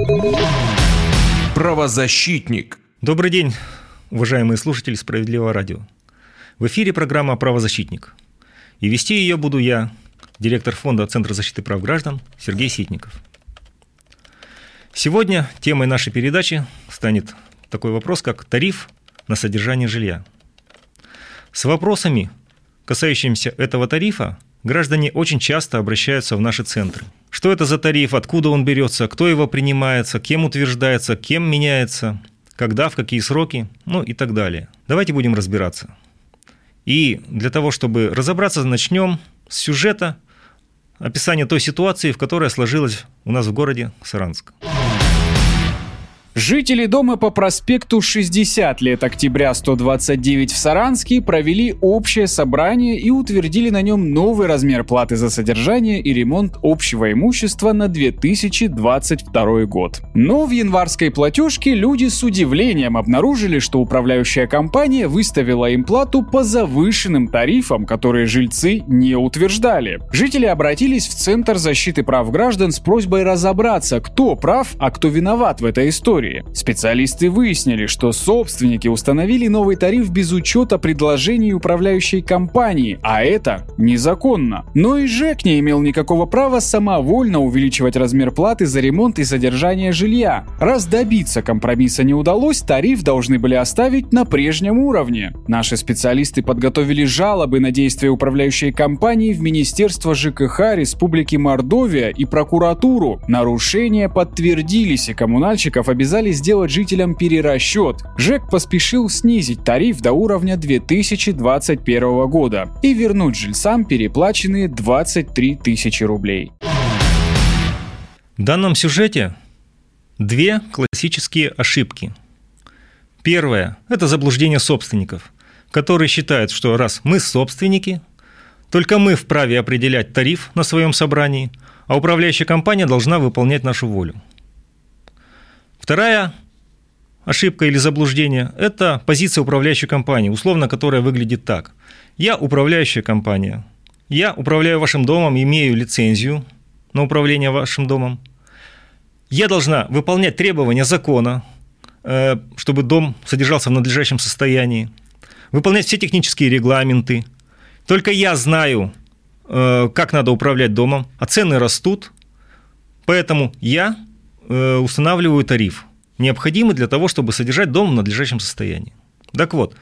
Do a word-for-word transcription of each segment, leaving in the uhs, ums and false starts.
Правозащитник. Добрый день, уважаемые слушатели Справедливого радио. В эфире программа «Правозащитник». И вести ее буду я, директор фонда Центра защиты прав граждан Сергей Ситников. Сегодня темой нашей передачи станет такой вопрос, как тариф на содержание жилья. С вопросами, касающимися этого тарифа, граждане очень часто обращаются в наши центры. Что это за тариф, откуда он берется, кто его принимается, кем утверждается, кем меняется, когда, в какие сроки, ну и так далее. Давайте будем разбираться. И для того, чтобы разобраться, начнем с сюжета описания той ситуации, в которой сложилась у нас в городе Саранск. Жители дома по проспекту шестьдесят лет октября сто двадцать девять в Саранске провели общее собрание и утвердили на нем новый размер платы за содержание и ремонт общего имущества на две тысячи двадцать второй год. Но в январской платежке люди с удивлением обнаружили, что управляющая компания выставила им плату по завышенным тарифам, которые жильцы не утверждали. Жители обратились в Центр защиты прав граждан с просьбой разобраться, кто прав, а кто виноват в этой истории. Специалисты выяснили, что собственники установили новый тариф без учета предложений управляющей компании, а это незаконно. Но и ЖЭК не имел никакого права самовольно увеличивать размер платы за ремонт и содержание жилья. Раз добиться компромисса не удалось, тариф должны были оставить на прежнем уровне. Наши специалисты подготовили жалобы на действия управляющей компании в Министерство ЖКХ Республики Мордовия и прокуратуру. Нарушения подтвердились, и коммунальщиков обязали сделать жителям перерасчет. ЖЭК поспешил снизить тариф до уровня две тысячи двадцать первого года и вернуть жильцам переплаченные двадцать три тысячи рублей. В данном сюжете две классические ошибки. Первое – это заблуждение собственников, которые считают, что раз мы собственники, только мы вправе определять тариф на своем собрании, а управляющая компания должна выполнять нашу волю. Вторая ошибка или заблуждение – это позиция управляющей компании, условно, которая выглядит так. Я управляющая компания, я управляю вашим домом, имею лицензию на управление вашим домом. Я должна выполнять требования закона, чтобы дом содержался в надлежащем состоянии, выполнять все технические регламенты. Только я знаю, как надо управлять домом, а цены растут, поэтому я устанавливаю тариф, необходимый для того, чтобы содержать дом в надлежащем состоянии. Так вот,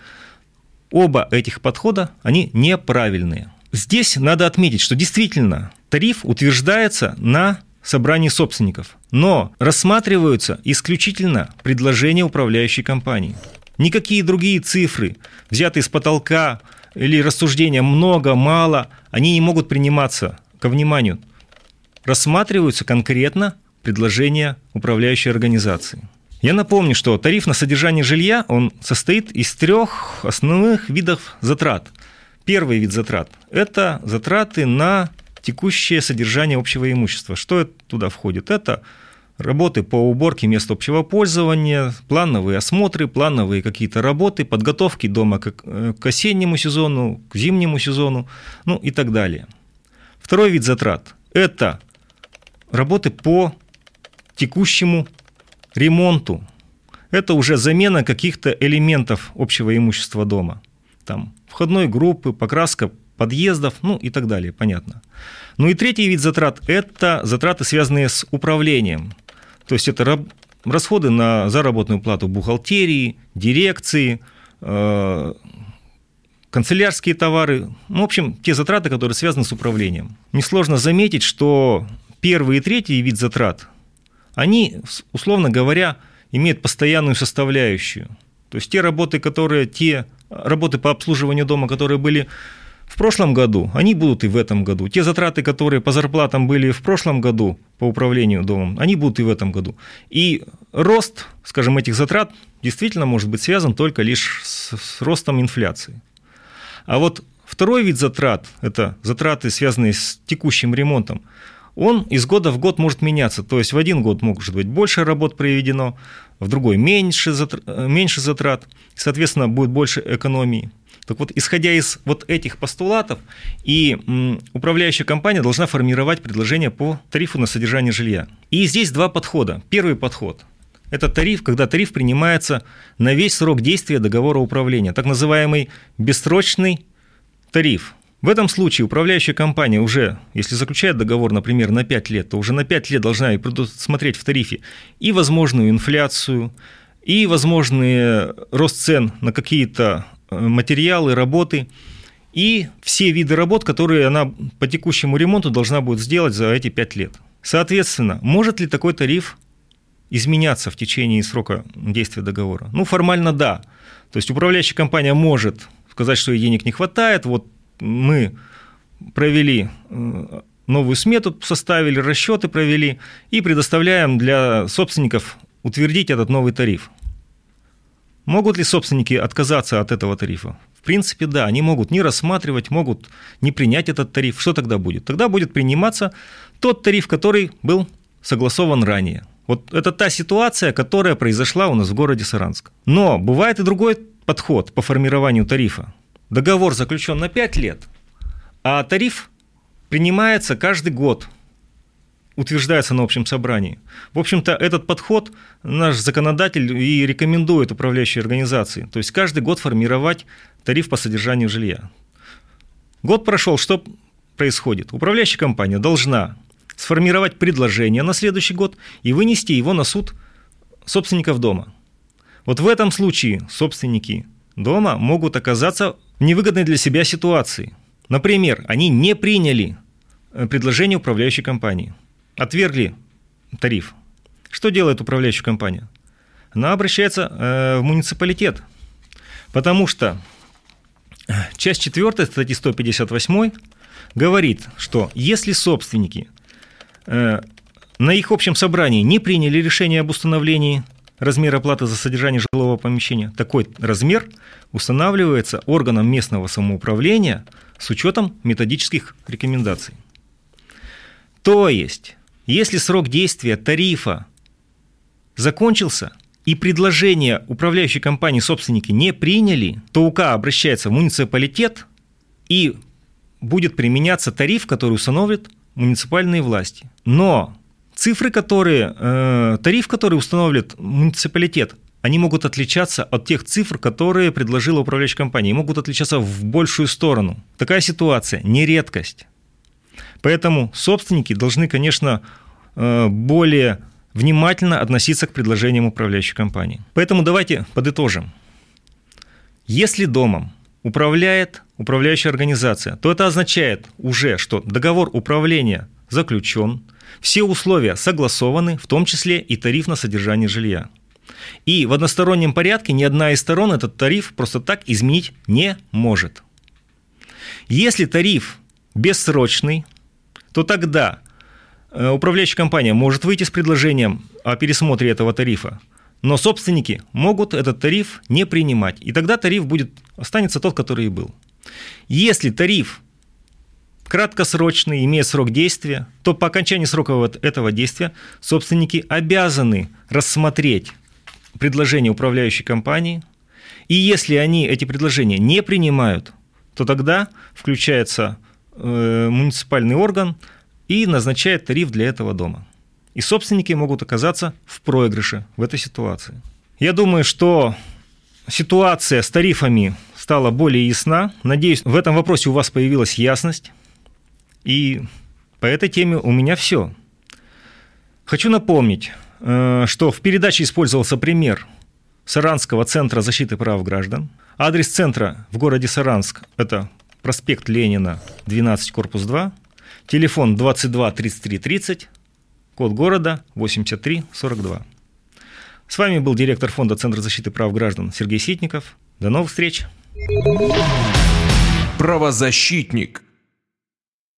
оба этих подхода, они неправильные. Здесь надо отметить, что действительно тариф утверждается на собрании собственников, но рассматриваются исключительно предложения управляющей компании. Никакие другие цифры, взятые с потолка или рассуждения много, мало, они не могут приниматься ко вниманию. Рассматриваются конкретно предложения управляющей организации. Я напомню, что тариф на содержание жилья, он состоит из трех основных видов затрат. Первый вид затрат – это затраты на текущее содержание общего имущества. Что туда входит? Это работы по уборке мест общего пользования, плановые осмотры, плановые какие-то работы, подготовки дома к, к осеннему сезону, к зимнему сезону, ну и так далее. Второй вид затрат – это работы по текущему ремонту. Это уже замена каких-то элементов общего имущества дома. Там входной группы, покраска подъездов, ну и так далее, понятно. Ну и третий вид затрат – это затраты, связанные с управлением. То есть это расходы на заработную плату бухгалтерии, дирекции, э- канцелярские товары. Ну, в общем, те затраты, которые связаны с управлением. Несложно заметить, что первый и третий вид затрат, они, условно говоря, имеют постоянную составляющую. То есть те работы, которые, те работы по обслуживанию дома, которые были в прошлом году, они будут и в этом году. Те затраты, которые по зарплатам были в прошлом году по управлению домом, они будут и в этом году. И рост, скажем, этих затрат действительно может быть связан только лишь с, с ростом инфляции. А вот второй вид затрат, это затраты, связанные с текущим ремонтом, он из года в год может меняться. То есть в один год может быть больше работ проведено, в другой меньше затрат, меньше затрат, соответственно, будет больше экономии. Так вот, исходя из вот этих постулатов, и м, управляющая компания должна формировать предложение по тарифу на содержание жилья. И здесь два подхода. Первый подход – это тариф, когда тариф принимается на весь срок действия договора управления, так называемый бессрочный тариф. В этом случае управляющая компания уже, если заключает договор, например, на пять лет, то уже на пять лет должна предусмотреть в тарифе и возможную инфляцию, и возможный рост цен на какие-то материалы, работы, и все виды работ, которые она по текущему ремонту должна будет сделать за эти пять лет. Соответственно, может ли такой тариф изменяться в течение срока действия договора? Ну, формально да. То есть управляющая компания может сказать, что ей денег не хватает, вот мы провели новую смету, составили, расчеты провели и предоставляем для собственников утвердить этот новый тариф. Могут ли собственники отказаться от этого тарифа? В принципе, да, они могут не рассматривать, могут не принять этот тариф. Что тогда будет? Тогда будет приниматься тот тариф, который был согласован ранее. Вот это та ситуация, которая произошла у нас в городе Саранск. Но бывает и другой подход по формированию тарифа. Договор заключен на пять лет, а тариф принимается каждый год, утверждается на общем собрании. В общем-то, этот подход наш законодатель и рекомендует управляющей организации. То есть каждый год формировать тариф по содержанию жилья. Год прошел, что происходит? Управляющая компания должна сформировать предложение на следующий год и вынести его на суд собственников дома. Вот в этом случае собственники дома могут оказаться в невыгодной для себя ситуации. Например, они не приняли предложение управляющей компании, отвергли тариф. Что делает управляющая компания? Она обращается в муниципалитет, потому что часть четвёртая статьи сто пятьдесят восемь говорит, что если собственники на их общем собрании не приняли решение об установлении размера платы за содержание жилого помещения, такой размер устанавливается органом местного самоуправления с учетом методических рекомендаций. То есть, если срок действия тарифа закончился и предложение управляющей компании собственники не приняли, то УК обращается в муниципалитет и будет применяться тариф, который установят муниципальные власти. Но цифры, которые, э, тариф, который установит муниципалитет, они могут отличаться от тех цифр, которые предложила управляющая компания, и могут отличаться в большую сторону. Такая ситуация не редкость. Поэтому собственники должны, конечно, э, более внимательно относиться к предложениям управляющей компании. Поэтому давайте подытожим. Если домом управляет управляющая организация, то это означает уже, что договор управления заключен, все условия согласованы, в том числе и тариф на содержание жилья. И в одностороннем порядке ни одна из сторон этот тариф просто так изменить не может. Если тариф бессрочный, то тогда управляющая компания может выйти с предложением о пересмотре этого тарифа, но собственники могут этот тариф не принимать, и тогда тариф будет, останется тот, который и был. Если тариф краткосрочный, имеет срок действия, то по окончании срока этого действия собственники обязаны рассмотреть предложение управляющей компании, и если они эти предложения не принимают, то тогда включается э, муниципальный орган и назначает тариф для этого дома. И собственники могут оказаться в проигрыше в этой ситуации. Я думаю, что ситуация с тарифами стала более ясна. Надеюсь, в этом вопросе у вас появилась ясность. И по этой теме у меня все. Хочу напомнить, что в передаче использовался пример Саранского центра защиты прав граждан. Адрес центра в городе Саранск – это проспект Ленина, двенадцать, корпус два, телефон двадцать два тридцать три тридцать, код города восемьдесят три сорок два. С вами был директор фонда Центра защиты прав граждан Сергей Ситников. До новых встреч! Правозащитник.